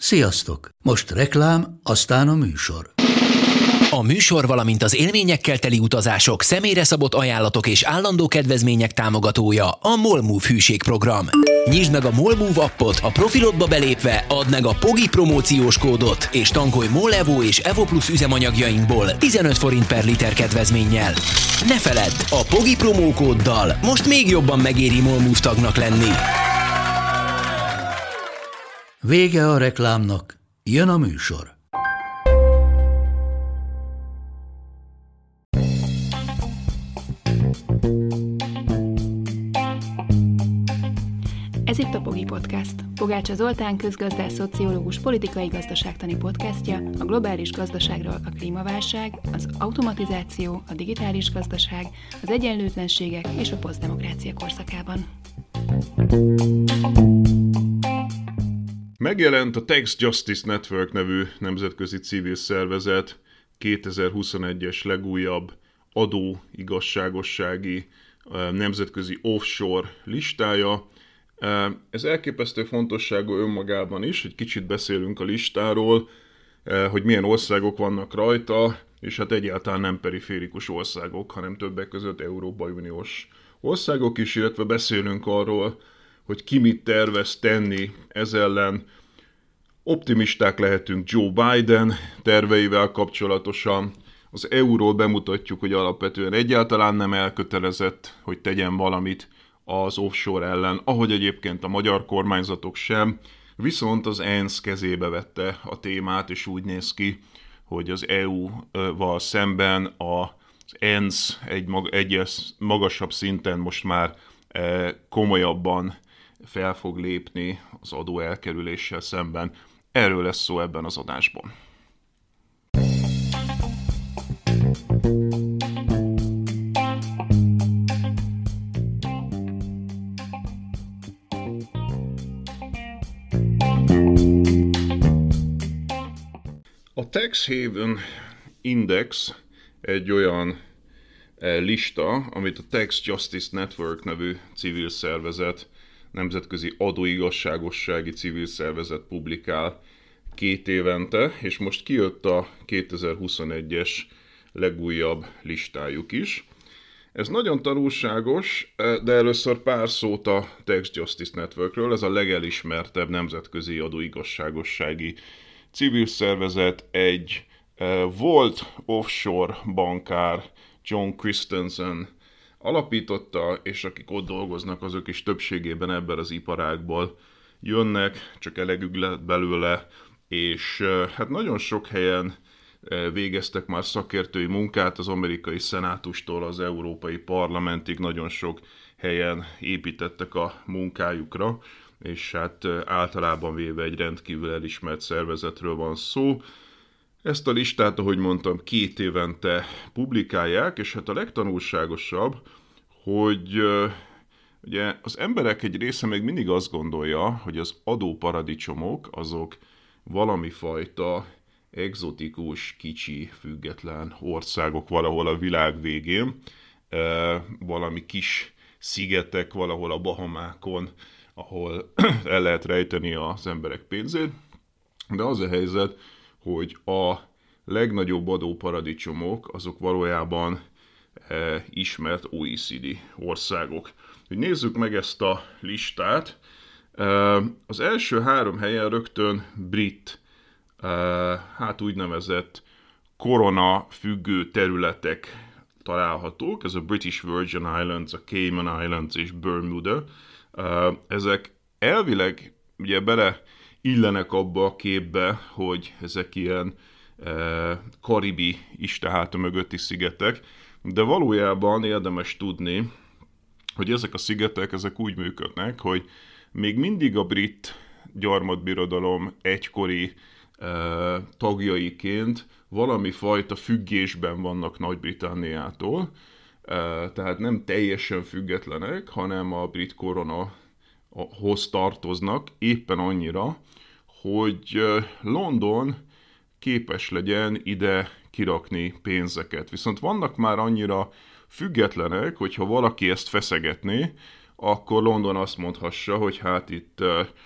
Sziasztok! Most reklám, aztán a műsor. A műsor, valamint az élményekkel teli utazások, személyre szabott ajánlatok és állandó kedvezmények támogatója a MOL Move hűségprogram. Nyisd meg a MOL Move appot, a profilodba belépve add meg a POGI promóciós kódot, és tankolj MOL Evo és Evo Plus üzemanyagjainkból 15 forint per liter kedvezménnyel. Ne feledd, a POGI promókóddal most még jobban megéri MOL Move tagnak lenni. Vége a reklámnak, jön a műsor. Ez itt a POGI Podcast. Pogácsa Zoltán közgazdász, szociológus, politikai gazdaságtani podcastja a globális gazdaságról a klímaválság, az automatizáció, a digitális gazdaság, az egyenlőtlenségek és a posztdemokrácia korszakában. Megjelent a Tax Justice Network nevű nemzetközi civil szervezet 2021-es legújabb adóigazságossági nemzetközi offshore listája. Ez elképesztő fontosságú önmagában is, hogy kicsit beszélünk a listáról, hogy milyen országok vannak rajta, és hát egyáltalán nem periférikus országok, hanem többek között Európai Uniós országok is, illetve beszélünk arról, hogy ki mit tervez tenni ez ellen. Optimisták lehetünk Joe Biden terveivel kapcsolatosan. Az EU-ról bemutatjuk, hogy alapvetően egyáltalán nem elkötelezett, hogy tegyen valamit az offshore ellen, ahogy egyébként a magyar kormányzatok sem, viszont az ENSZ kezébe vette a témát, és úgy néz ki, hogy az EU-val szemben az ENSZ egy magasabb szinten most már komolyabban fel fog lépni az adó elkerüléssel szemben. Erről lesz szó ebben az adásban. A Tax Haven Index egy olyan lista, amit a Tax Justice Network nevű civil szervezet, nemzetközi adóigazságossági civil szervezet publikál 2 évente, és most kijött a 2021-es legújabb listájuk is. Ez nagyon tanulságos, de először pár szót a Tax Justice Networkről. Ez a legelismertebb nemzetközi adóigazságossági civil szervezet. Egy volt offshore bankár, John Christensen alapította, és akik ott dolgoznak, azok is többségében ebben az iparágból jönnek, csak elegük lett belőle, és hát nagyon sok helyen végeztek már szakértői munkát, az amerikai szenátustól az európai parlamentig nagyon sok helyen építettek a munkájukra, és hát általában véve egy rendkívül elismert szervezetről van szó. Ezt a listát, ahogy mondtam, 2 évente publikálják, és hát a legtanulságosabb, hogy ugye az emberek egy része még mindig azt gondolja, hogy az adóparadicsomok azok valami fajta egzotikus, kicsi, független országok valahol a világ végén, valami kis szigetek valahol a Bahamákon, ahol el lehet rejteni az emberek pénzét, de az a helyzet, hogy a legnagyobb adóparadicsomok azok valójában ismert OECD országok. Hogy nézzük meg ezt a listát. Az első 3 helyen rögtön brit, úgynevezett korona függő területek találhatók. Ez a British Virgin Islands, a Cayman Islands és Bermuda. Ezek elvileg ugye bele illenek abba a képbe, hogy ezek ilyen karibi isteháta mögötti szigetek, de valójában érdemes tudni, hogy ezek a szigetek ezek úgy működnek, hogy még mindig a brit gyarmatbirodalom egykori tagjaiként valami fajta függésben vannak Nagy-Britanniától, tehát nem teljesen függetlenek, hanem a brit koronahoz tartoznak éppen annyira, hogy London képes legyen ide kirakni pénzeket. Viszont vannak már annyira függetlenek, hogyha valaki ezt feszegetné, akkor London azt mondhassa, hogy hát itt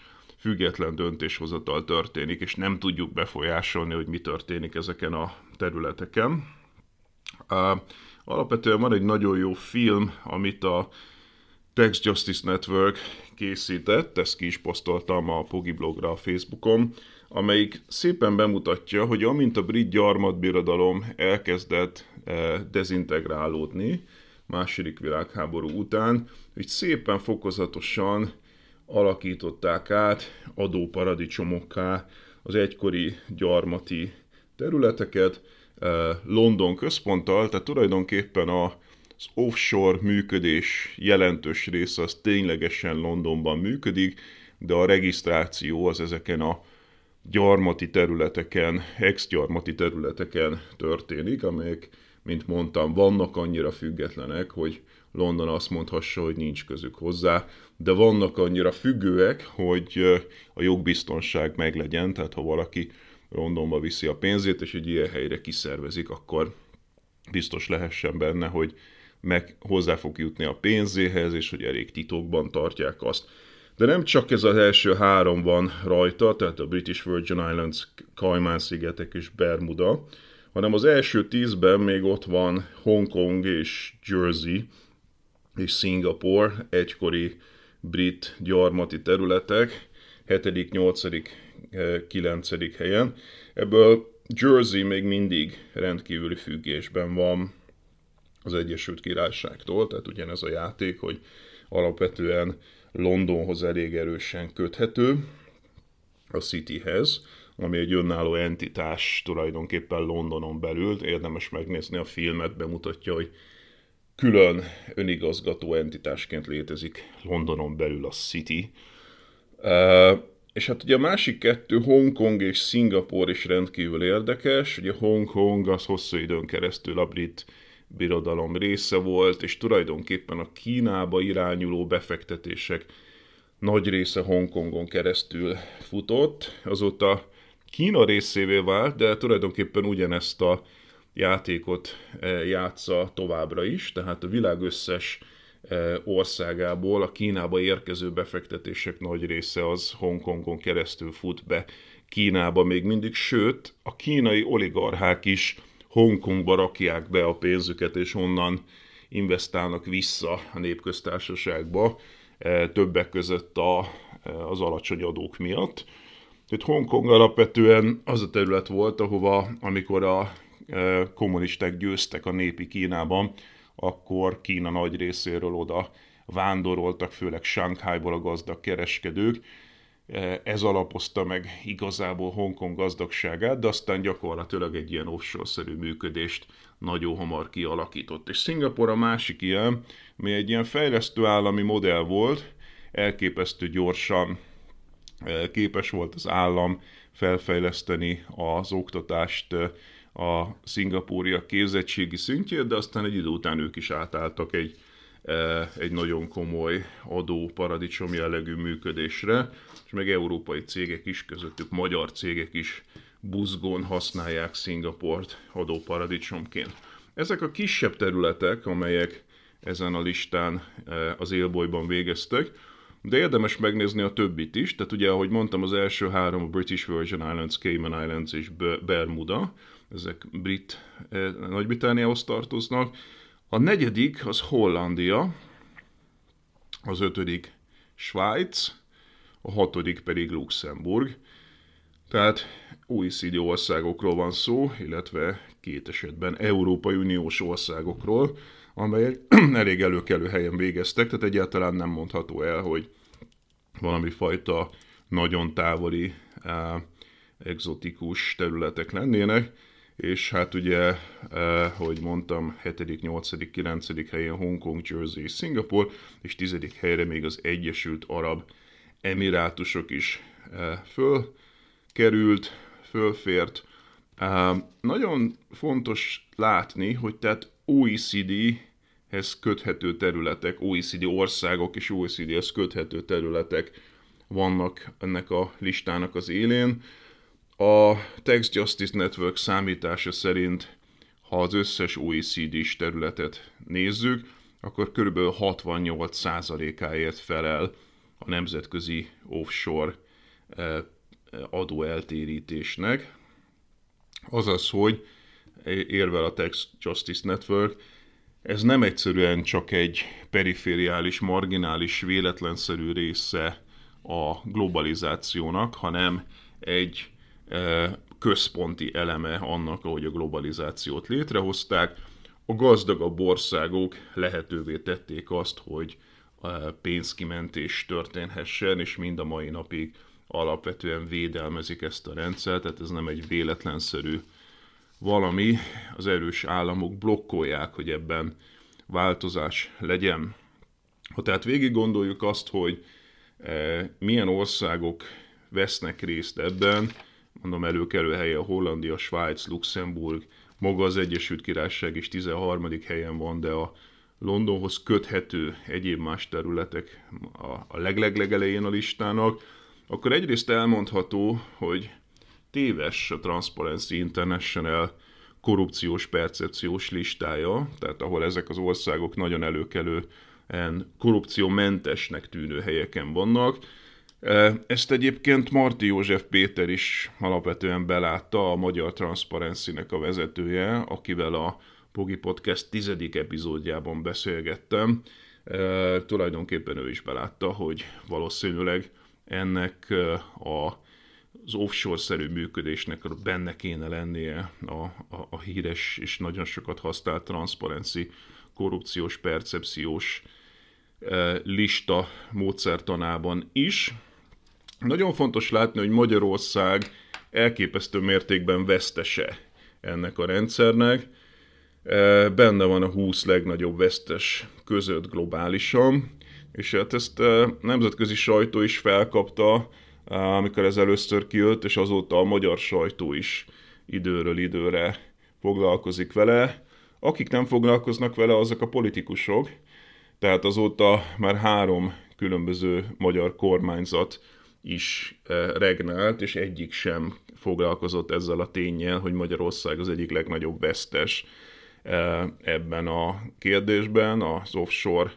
független döntéshozatal történik, és nem tudjuk befolyásolni, hogy mi történik ezeken a területeken. Alapvetően van egy nagyon jó film, amit a Tax Justice Network készített, ezt ki is posztoltam a Pogi blogra a Facebookon, amelyik szépen bemutatja, hogy amint a brit gyarmatbirodalom elkezdett dezintegrálódni második világháború után, hogy szépen fokozatosan alakították át adóparadicsomokká az egykori gyarmati területeket, London központtal, tehát tulajdonképpen az offshore működés jelentős része az ténylegesen Londonban működik, de a regisztráció az ezeken a gyarmati területeken, ex-gyarmati területeken történik, amelyek, mint mondtam, vannak annyira függetlenek, hogy London azt mondhassa, hogy nincs közük hozzá, de vannak annyira függőek, hogy a jogbiztonság meglegyen, tehát ha valaki Londonba viszi a pénzét, és egy ilyen helyre kiszervezik, akkor biztos lehessen benne, hogy hozzá fog jutni a pénzéhez, és hogy elég titokban tartják azt. De nem csak ez az első 3 van rajta, tehát a British Virgin Islands, Cayman-szigetek és Bermuda, hanem az első 10-ben még ott van Hongkong és Jersey és Szingapur, egykori brit gyarmati területek, 7., 8., 9. helyen. Ebből Jersey még mindig rendkívüli függésben van az Egyesült Királyságtól, tehát ugyanez a játék, hogy alapvetően Londonhoz elég erősen köthető, a Cityhez, ami egy önálló entitás tulajdonképpen Londonon belül. Érdemes megnézni a filmet, bemutatja, hogy külön önigazgató entitásként létezik Londonon belül a City. És hát ugye a másik 2, Hongkong és Szingapúr is rendkívül érdekes. Ugye Hongkong az hosszú időn keresztül a brit birodalom része volt, és tulajdonképpen a Kínába irányuló befektetések nagy része Hongkongon keresztül futott. Azóta Kína részévé vált, de tulajdonképpen ugyanezt a játékot játsza továbbra is, tehát a világ összes országából a Kínába érkező befektetések nagy része az Hongkongon keresztül fut be Kínába még mindig, sőt, a kínai oligarchák is Hongkongba rakják be a pénzüket, és onnan investálnak vissza a népköztársaságba, többek között az alacsony adók miatt. Tehát Hongkong alapvetően az a terület volt, ahova, amikor a kommunisták győztek a népi Kínában, akkor Kína nagy részéről oda vándoroltak, főleg Shanghaiból a gazdag kereskedők. Ez alapozta meg igazából Hongkong gazdagságát, de aztán gyakorlatilag egy ilyen offshore-szerű működést nagyon hamar kialakított. És Szingapúr a másik ilyen, ami egy ilyen fejlesztő állami modell volt, elképesztő gyorsan képes volt az állam felfejleszteni az oktatást, a szingapúriak képzettségi szintjét, de aztán egy idő után ők is átálltak egy nagyon komoly adóparadicsom jellegű működésre, és meg európai cégek is, közöttük magyar cégek is buzgón használják Szingapúrt adóparadicsomként. Ezek a kisebb területek, amelyek ezen a listán az élbolyban végeztek, de érdemes megnézni a többit is, tehát ugye, ahogy mondtam, az első 3 a British Virgin Islands, Cayman Islands és Bermuda, ezek Nagy-Britanniához tartoznak. A 4. az Hollandia, az 5. Svájc, a 6. pedig Luxemburg. Tehát OECD országokról van szó, illetve 2 esetben Európai Uniós országokról, amelyek elég előkelő helyen végeztek, tehát egyáltalán nem mondható el, hogy valami fajta nagyon távoli, egzotikus területek lennének, és hát ugye, hogy mondtam, 7., 8., 9. helyen Hongkong, Jersey és Szingapúr, és 10. helyre még az Egyesült Arab Emirátusok is fölfért. Nagyon fontos látni, hogy tehát OECD-hez köthető területek, OECD országok és OECD-hez köthető területek vannak ennek a listának az élén. A Tax Justice Network számítása szerint, ha az összes OECD-s területet nézzük, akkor kb. 68%-áért felel a nemzetközi offshore adóeltérítésnek. Azaz, hogy érvel a Tax Justice Network, ez nem egyszerűen csak egy perifériális, marginális, véletlenszerű része a globalizációnak, hanem egy központi eleme annak, ahogy a globalizációt létrehozták. A gazdagabb országok lehetővé tették azt, hogy pénzkimentés történhessen, és mind a mai napig alapvetően védelmezik ezt a rendszert, tehát ez nem egy véletlenszerű valami. Az erős államok blokkolják, hogy ebben változás legyen. Ha tehát végig gondoljuk azt, hogy milyen országok vesznek részt ebben, mondom, előkelő helye a Hollandia, Svájc, Luxemburg, maga az Egyesült Királyság is 13. helyen van, de a Londonhoz köthető egyéb más területek a legelején a listának, akkor egyrészt elmondható, hogy téves a Transparency International korrupciós percepciós listája, tehát ahol ezek az országok nagyon előkelően korrupciómentesnek tűnő helyeken vannak. Ezt egyébként Marti József Péter is alapvetően belátta, a Magyar Transparency-nek a vezetője, akivel a Pogi Podcast 10. epizódjában beszélgettem. Tulajdonképpen ő is belátta, hogy valószínűleg ennek az offshore-szerű működésnek benne kéne lennie a híres és nagyon sokat használt Transparency korrupciós percepciós lista módszertanában is. Nagyon fontos látni, hogy Magyarország elképesztő mértékben vesztese ennek a rendszernek. Benne van a 20 legnagyobb vesztes között globálisan, és hát ezt nemzetközi sajtó is felkapta, amikor ez először kijött, és azóta a magyar sajtó is időről időre foglalkozik vele. Akik nem foglalkoznak vele, azok a politikusok, tehát azóta már 3 különböző magyar kormányzat is regnált, és egyik sem foglalkozott ezzel a ténnyel, hogy Magyarország az egyik legnagyobb vesztes ebben a kérdésben, az offshore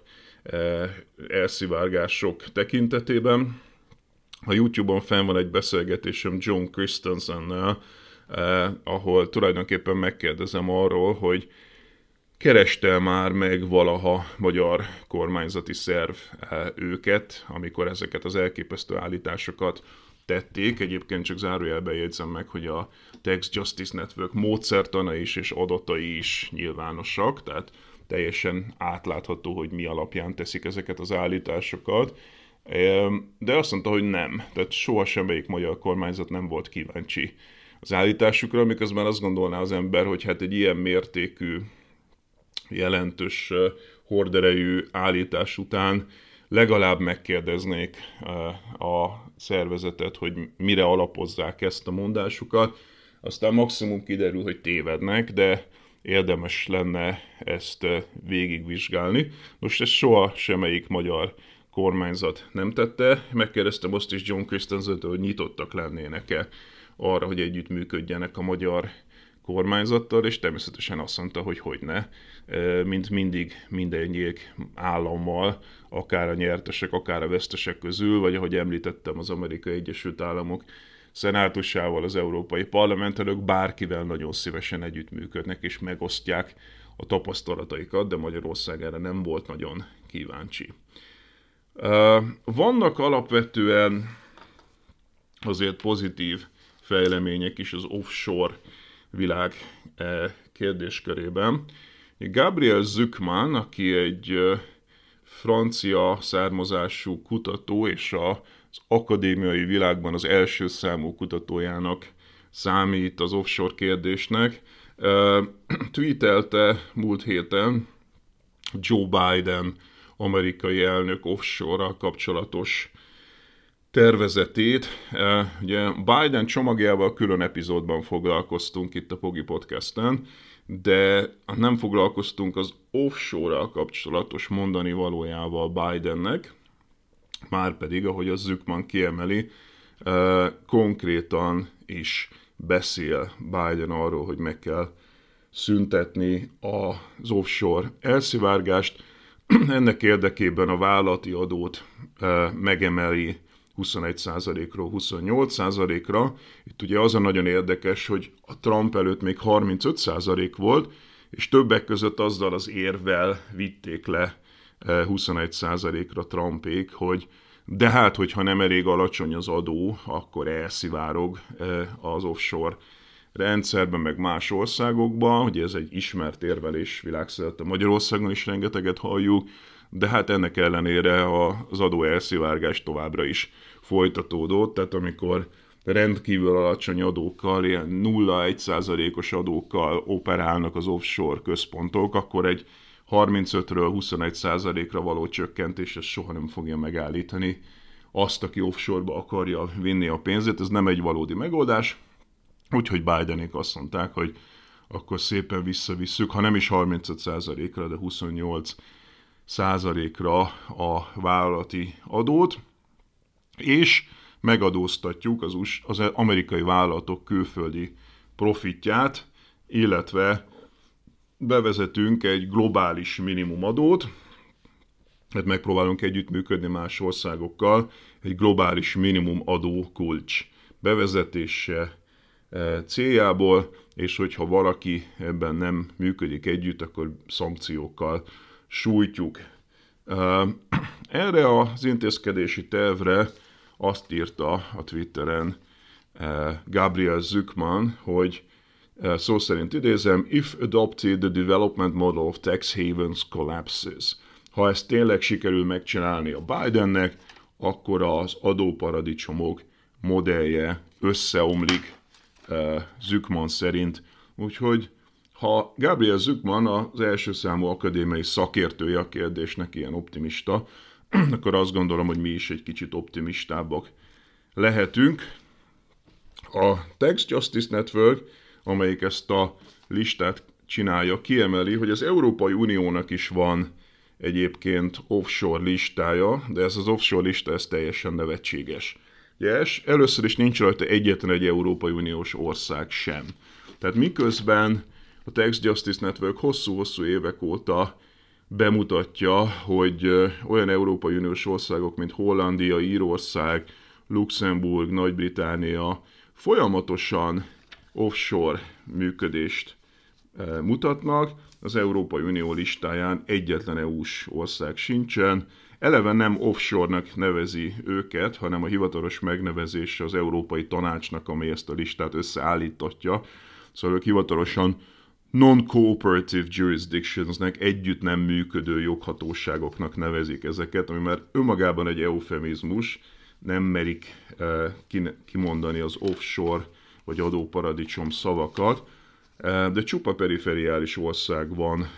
elszivárgások tekintetében. A YouTube-on fenn van egy beszélgetésem John Christensennel, ahol tulajdonképpen megkérdezem arról, hogy kereste már meg valaha magyar kormányzati szerv őket, amikor ezeket az elképesztő állításokat tették. Egyébként csak zárójelben jegyzem meg, hogy a Tax Justice Network módszertana is és adatai is nyilvánosak, tehát teljesen átlátható, hogy mi alapján teszik ezeket az állításokat. De azt mondta, hogy nem. Tehát soha semmelyik magyar kormányzat nem volt kíváncsi az állításukra, miközben azt gondolná az ember, hogy hát egy ilyen mértékű, jelentős horderejű állítás után legalább megkérdeznék a szervezetet, hogy mire alapozzák ezt a mondásukat. Aztán maximum kiderül, hogy tévednek, de érdemes lenne ezt végigvizsgálni. Most ezt soha semmelyik magyar kormányzat nem tette. Megkérdeztem azt is John Christensen-től, hogy nyitottak lennének-e arra, hogy együttműködjenek a magyar kormányzattal, és természetesen azt mondta, hogy hogyne. Mint mindig mindegyik állammal, akár a nyertesek, akár a vesztesek közül, vagy ahogy említettem, az Amerikai Egyesült Államok szenátusával, az Európai Parlamenttel, ők bárkivel nagyon szívesen együttműködnek, és megosztják a tapasztalataikat, de Magyarország erre nem volt nagyon kíváncsi. Vannak alapvetően azért pozitív fejlemények is az offshore világ kérdéskörében. Gabriel Zucman, aki egy francia származású kutató, és az akadémiai világban az első számú kutatójának számít az offshore kérdésnek, tweetelte múlt héten Joe Biden amerikai elnök offshore-ral kapcsolatos tervezetét. Ugye Biden csomagjával külön epizódban foglalkoztunk itt a Pogi Podcasten, de nem foglalkoztunk az offshore-ral kapcsolatos mondani valójával Bidennek, márpedig, ahogy a Zucman kiemeli, konkrétan is beszél Biden arról, hogy meg kell szüntetni az offshore elszivárgást. Ennek érdekében a vállalati adót megemeli 21%-ról 28%-ra. Itt ugye az a nagyon érdekes, hogy a Trump előtt még 35% volt, és többek között azzal az érvel vitték le 21%-ra Trumpék, hogy de hát, hogyha nem elég alacsony az adó, akkor elszivárog az offshore rendszerben, meg más országokban. Ugye ez egy ismert érvelés világszerte, Magyarországon is rengeteget halljuk, de hát ennek ellenére az adó elszivárgás továbbra is folytatódott, tehát amikor rendkívül alacsony adókkal, ilyen 0,1%-os adókkal operálnak az offshore központok, akkor egy 35-ről 21%-ra való csökkentés, ez soha nem fogja megállítani azt, aki offshore-ba akarja vinni a pénzét. Ez nem egy valódi megoldás, úgyhogy Bidenék azt mondták, hogy akkor szépen visszavisszük, ha nem is 35%-ra, de 28%-ra a vállalati adót, és megadóztatjuk az amerikai vállalatok külföldi profitját, illetve bevezetünk egy globális minimumadót, tehát megpróbálunk együttműködni más országokkal, egy globális minimumadó kulcs bevezetése céljából, és hogyha valaki ebben nem működik együtt, akkor szankciókkal sújtjuk. Erre az intézkedési tervre azt írta a Twitteren Gabriel Zucman, hogy szó szerint idézem, if adopted, the development model of tax havens collapses. Ha ezt tényleg sikerül megcsinálni a Bidennek, akkor az adóparadicsomok modellje összeomlik Zucman szerint. Úgyhogy ha Gabriel Zucman az első számú akadémiai szakértője a kérdésnek ilyen optimista, akkor azt gondolom, hogy mi is egy kicsit optimistábbak lehetünk. A Tax Justice Network, amelyik ezt a listát csinálja, kiemeli, hogy az Európai Uniónak is van egyébként offshore listája, de ez az offshore lista ez teljesen nevetséges. Ugye, először is nincs rajta egyetlen egy Európai Uniós ország sem. Tehát miközben a Tax Justice Network hosszú-hosszú évek óta bemutatja, hogy olyan Európai Uniós országok, mint Hollandia, Írország, Luxemburg, Nagy-Britannia folyamatosan offshore működést mutatnak, az Európai Unió listáján egyetlen EU-s ország sincsen. Eleve nem offshore-nak nevezi őket, hanem a hivatalos megnevezése az Európai Tanácsnak, amely ezt a listát összeállítatja. Szóval ők hivatalosan non-cooperative jurisdictionsnek, együtt nem működő joghatóságoknak nevezik ezeket, ami már önmagában egy eufemizmus, nem merik kimondani az offshore vagy adóparadicsom szavakat, de csupa perifériális ország van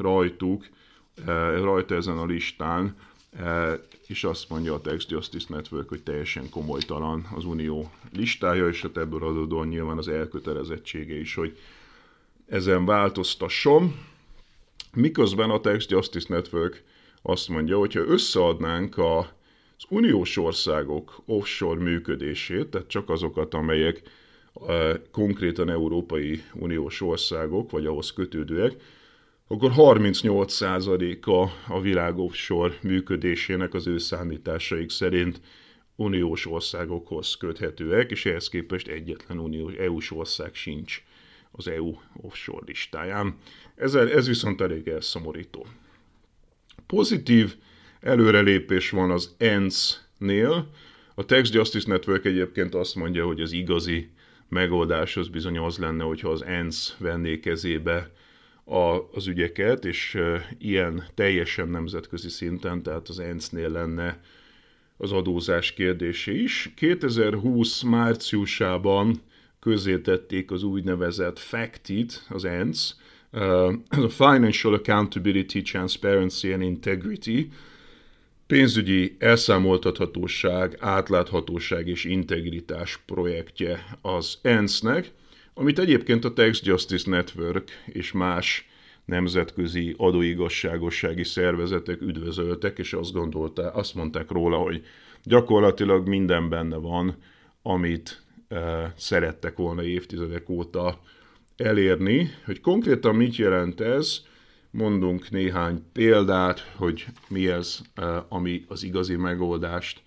rajta ezen a listán, és azt mondja a Tax Justice Network, hogy teljesen komolytalan az unió listája, és hát ebből adódóan nyilván az elkötelezettsége is, hogy ezen változtasson. Miközben a Tax Justice Network azt mondja, hogyha összeadnánk az uniós országok offshore működését, tehát csak azokat, amelyek konkrétan Európai Uniós országok, vagy ahhoz kötődőek, akkor 38%-a a világ offshore működésének az ő számításaik szerint uniós országokhoz köthetőek, és ehhez képest egyetlen EU-s ország sincs az EU offshore listáján. Ez viszont elég elszomorító. Pozitív előrelépés van az ENSZ-nél. A Tax Justice Network egyébként azt mondja, hogy az igazi megoldás az bizony az lenne, hogyha az ENSZ venné kezébe az ügyeket, és ilyen teljesen nemzetközi szinten, tehát az ENSZ-nél lenne az adózás kérdése is. 2020 márciusában közzétették az úgynevezett FACT-it, az ENSZ, a Financial Accountability, Transparency and Integrity, pénzügyi elszámoltathatóság, átláthatóság és integritás projektje az ENSZ-nek, amit egyébként a Tax Justice Network és más nemzetközi adóigazságossági szervezetek üdvözöltek, és azt mondták róla, hogy gyakorlatilag minden benne van, amit szerettek volna évtizedek óta elérni. Hogy konkrétan mit jelent ez, mondunk néhány példát, hogy mi ez, ami az igazi megoldást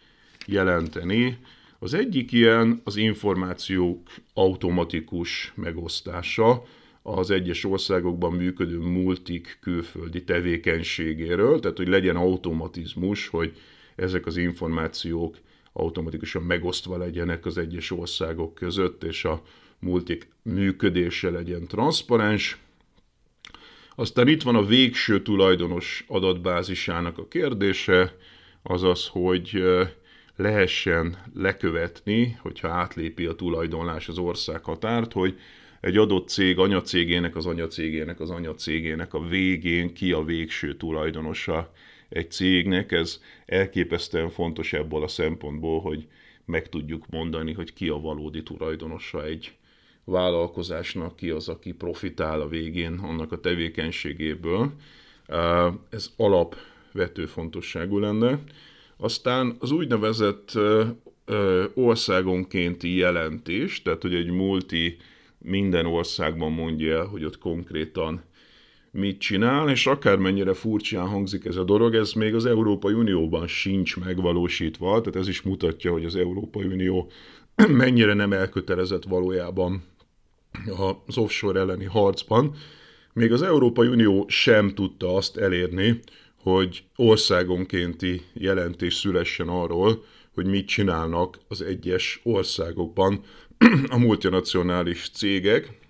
jelenteni. Az egyik ilyen az információk automatikus megosztása az egyes országokban működő multik külföldi tevékenységéről, tehát hogy legyen automatizmus, hogy ezek az információk automatikusan megosztva legyenek az egyes országok között, és a multik működése legyen transzparens. Aztán itt van a végső tulajdonos adatbázisának a kérdése, azaz, hogy lehessen lekövetni, hogyha átlépi a tulajdonlás az országhatárt, hogy egy adott cég anyacégének az anyacégének az anyacégének a végén ki a végső tulajdonosa egy cégnek. Ez elképesztően fontos ebből a szempontból, hogy meg tudjuk mondani, hogy ki a valódi tulajdonosa egy vállalkozásnak, ki az, aki profitál a végén annak a tevékenységéből. Ez alapvető fontosságú lenne. Aztán az úgynevezett országonkénti jelentés, tehát hogy egy multi minden országban mondja el, hogy ott konkrétan mit csinál, és akármennyire furcsán hangzik ez a dolog, ez még az Európai Unióban sincs megvalósítva, tehát ez is mutatja, hogy az Európai Unió mennyire nem elkötelezett valójában az offshore elleni harcban. Még az Európai Unió sem tudta azt elérni, hogy országonkénti jelentés szülessen arról, hogy mit csinálnak az egyes országokban a multinacionális cégek.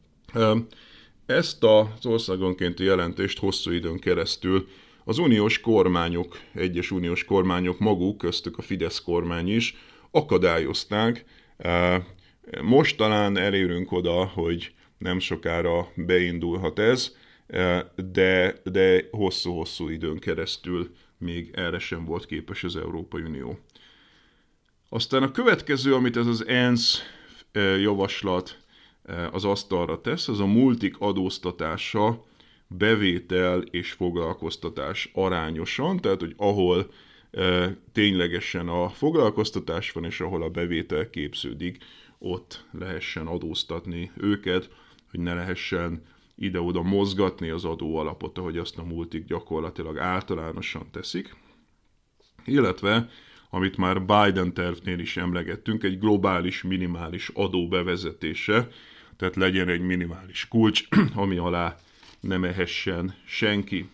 Ezt az országonkénti jelentést hosszú időn keresztül az uniós kormányok, egyes uniós kormányok maguk, köztük a Fidesz kormány is akadályozták. Most talán elérünk oda, hogy nem sokára beindulhat ez, de hosszú-hosszú időn keresztül még erre sem volt képes az Európai Unió. Aztán a következő, amit ez az ENSZ javaslat az asztalra tesz, az a multik adóztatása bevétel és foglalkoztatás arányosan, tehát hogy ahol ténylegesen a foglalkoztatás van, és ahol a bevétel képződik, ott lehessen adóztatni őket, hogy ne lehessen ide-oda mozgatni az adóalapot, ahogy azt a multik gyakorlatilag általánosan teszik. Illetve, amit már Biden tervnél is emlegettünk, egy globális minimális adó bevezetése, tehát legyen egy minimális kulcs, ami alá nem ehessen senki.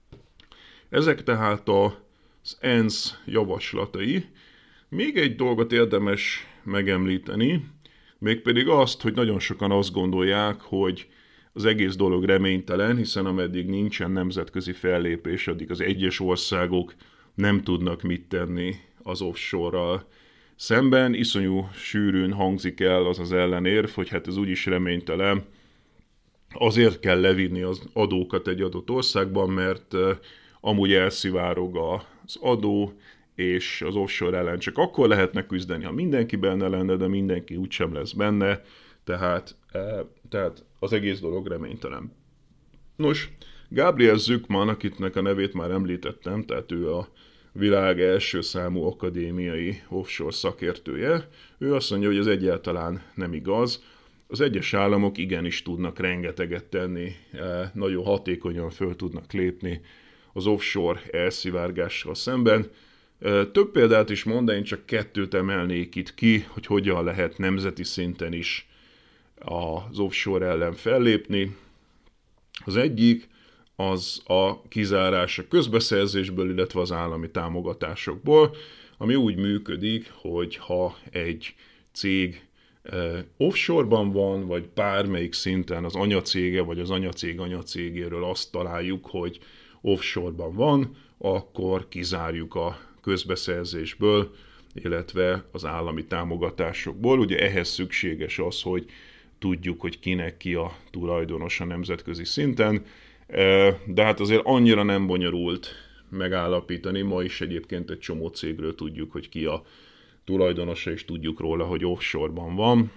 Ezek tehát az ENSZ javaslatai. Még egy dolgot érdemes megemlíteni, mégpedig azt, hogy nagyon sokan azt gondolják, hogy az egész dolog reménytelen, hiszen ameddig nincsen nemzetközi fellépés, addig az egyes országok nem tudnak mit tenni az offshore-ral szemben. Iszonyú sűrűn hangzik el az az ellenérv, hogy hát ez úgyis reménytelen. Azért kell levinni az adókat egy adott országban, mert amúgy elszivárog az adó, és az offshore ellen csak akkor lehetne küzdeni, ha mindenki benne lenne, de mindenki úgysem lesz benne, tehát az egész dolog reménytelen. Nos, Gabriel Zucman, akitnek a nevét már említettem, tehát ő a világ első számú akadémiai offshore szakértője, ő azt mondja, hogy ez egyáltalán nem igaz. Az egyes államok igenis tudnak rengeteget tenni, nagyon hatékonyan föl tudnak lépni az offshore elszivárgással szemben. Több példát is mond, de én csak 2 emelnék itt ki, hogy hogyan lehet nemzeti szinten is az offshore ellen fellépni. Az egyik az a kizárás a közbeszerzésből, illetve az állami támogatásokból, ami úgy működik, hogy ha egy cég offshore-ban van, vagy bármelyik szinten az anyacége, vagy az anyacég anyacégéről azt találjuk, hogy offshore-ban van, akkor kizárjuk a közbeszerzésből, illetve az állami támogatásokból. Ugye ehhez szükséges az, hogy tudjuk, hogy kinek ki a tulajdonosa nemzetközi szinten, de hát azért annyira nem bonyolult megállapítani. Ma is egyébként egy csomó cégről tudjuk, hogy ki a tulajdonosa, és tudjuk róla, hogy offshore-ban van.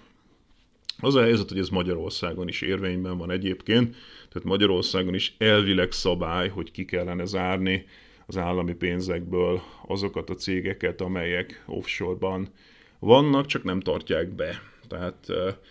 Az a helyzet, hogy ez Magyarországon is érvényben van egyébként, tehát Magyarországon is elvileg szabály, hogy ki kellene zárni az állami pénzekből azokat a cégeket, amelyek offshore-ban vannak, csak nem tartják be. Tehát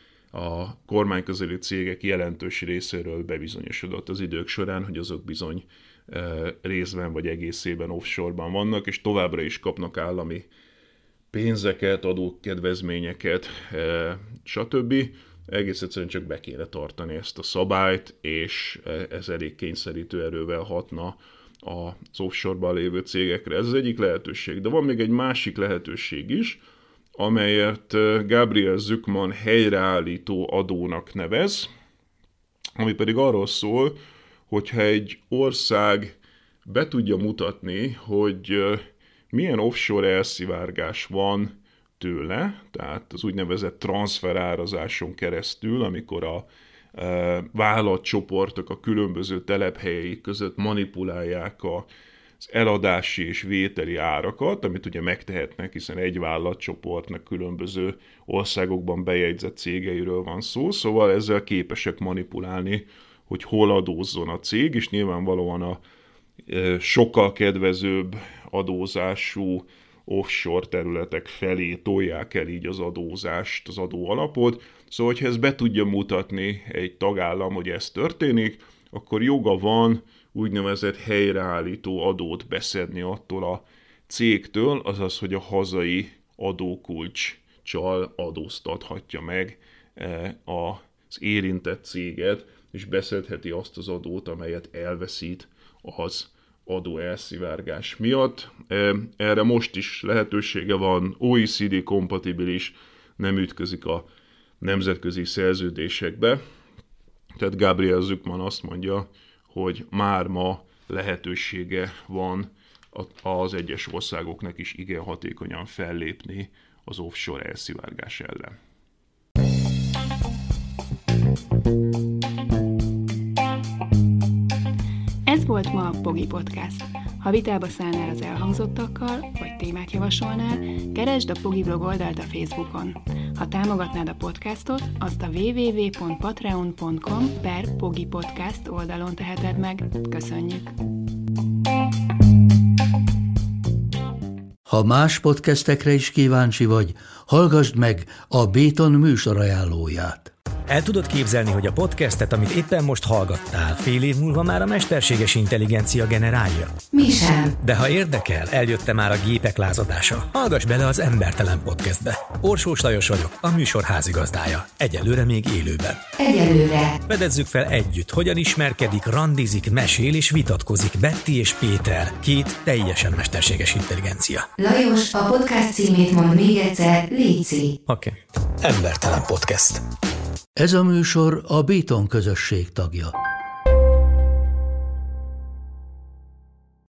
a kormányközeli cégek jelentős részéről bebizonyosodott az idők során, hogy azok bizony részben vagy egészében offshore-ban vannak, és továbbra is kapnak állami pénzeket, adókedvezményeket, stb. Egész egyszerűen csak be kéne tartani ezt a szabályt, és ez elég kényszerítő erővel hatna az offshore-ban lévő cégekre. Ez az egyik lehetőség. De van még egy másik lehetőség is, amelyet Gabriel Zucman helyreállító adónak nevez, ami pedig arról szól, hogyha egy ország be tudja mutatni, hogy milyen offshore elszivárgás van tőle, tehát az úgynevezett transferárazáson keresztül, amikor a vállalatcsoportok a különböző telephelyeik között manipulálják az eladási és vételi árakat, amit ugye megtehetnek, hiszen egy vállalatcsoportnak különböző országokban bejegyzett cégeiről van szó, szóval ezzel képesek manipulálni, hogy hol adózzon a cég, és nyilvánvalóan a sokkal kedvezőbb adózású offshore területek felé tolják el így az adózást, az adóalapot. Szóval, hogyha ezt be tudja mutatni egy tagállam, hogy ez történik, akkor joga van úgynevezett helyreállító adót beszedni attól a cégtől, azaz, hogy a hazai adókulccsal adóztathatja meg az érintett céget, és beszedheti azt az adót, amelyet elveszít az adó elszivárgás miatt. Erre most is lehetősége van, OECD kompatibilis, nem ütközik a nemzetközi szerződésekbe. Tehát Gabriel Zucman azt mondja, hogy már ma lehetősége van az egyes országoknak is igen hatékonyan fellépni az offshore elszivárgás ellen. Ez volt ma a Pogi Podcast. Ha vitába szállnál az elhangzottakkal, vagy témát javasolnál, keresd a Pogi blog oldalt a Facebookon. Ha támogatnád a podcastot, azt a www.patreon.com/pogipodcast oldalon teheted meg. Köszönjük! Ha más podcastekre is kíváncsi vagy, hallgassd meg a Béton műsor ajánlóját. El tudod képzelni, hogy a podcastet, amit éppen most hallgattál, fél év múlva már a mesterséges intelligencia generálja? Mi sem. De ha érdekel, eljött már a gépek lázadása. Hallgass bele az Embertelen Podcastbe. Orsós Lajos vagyok, a műsor házigazdája. Egyelőre még élőben. Egyelőre. Fedezzük fel együtt, hogyan ismerkedik, randizik, mesél és vitatkozik Betty és Péter, két teljesen mesterséges intelligencia. Lajos, a podcast címét mond még egyszer, léci. Oké. Embertelen Podcast. Ez a műsor a Béton közösség tagja.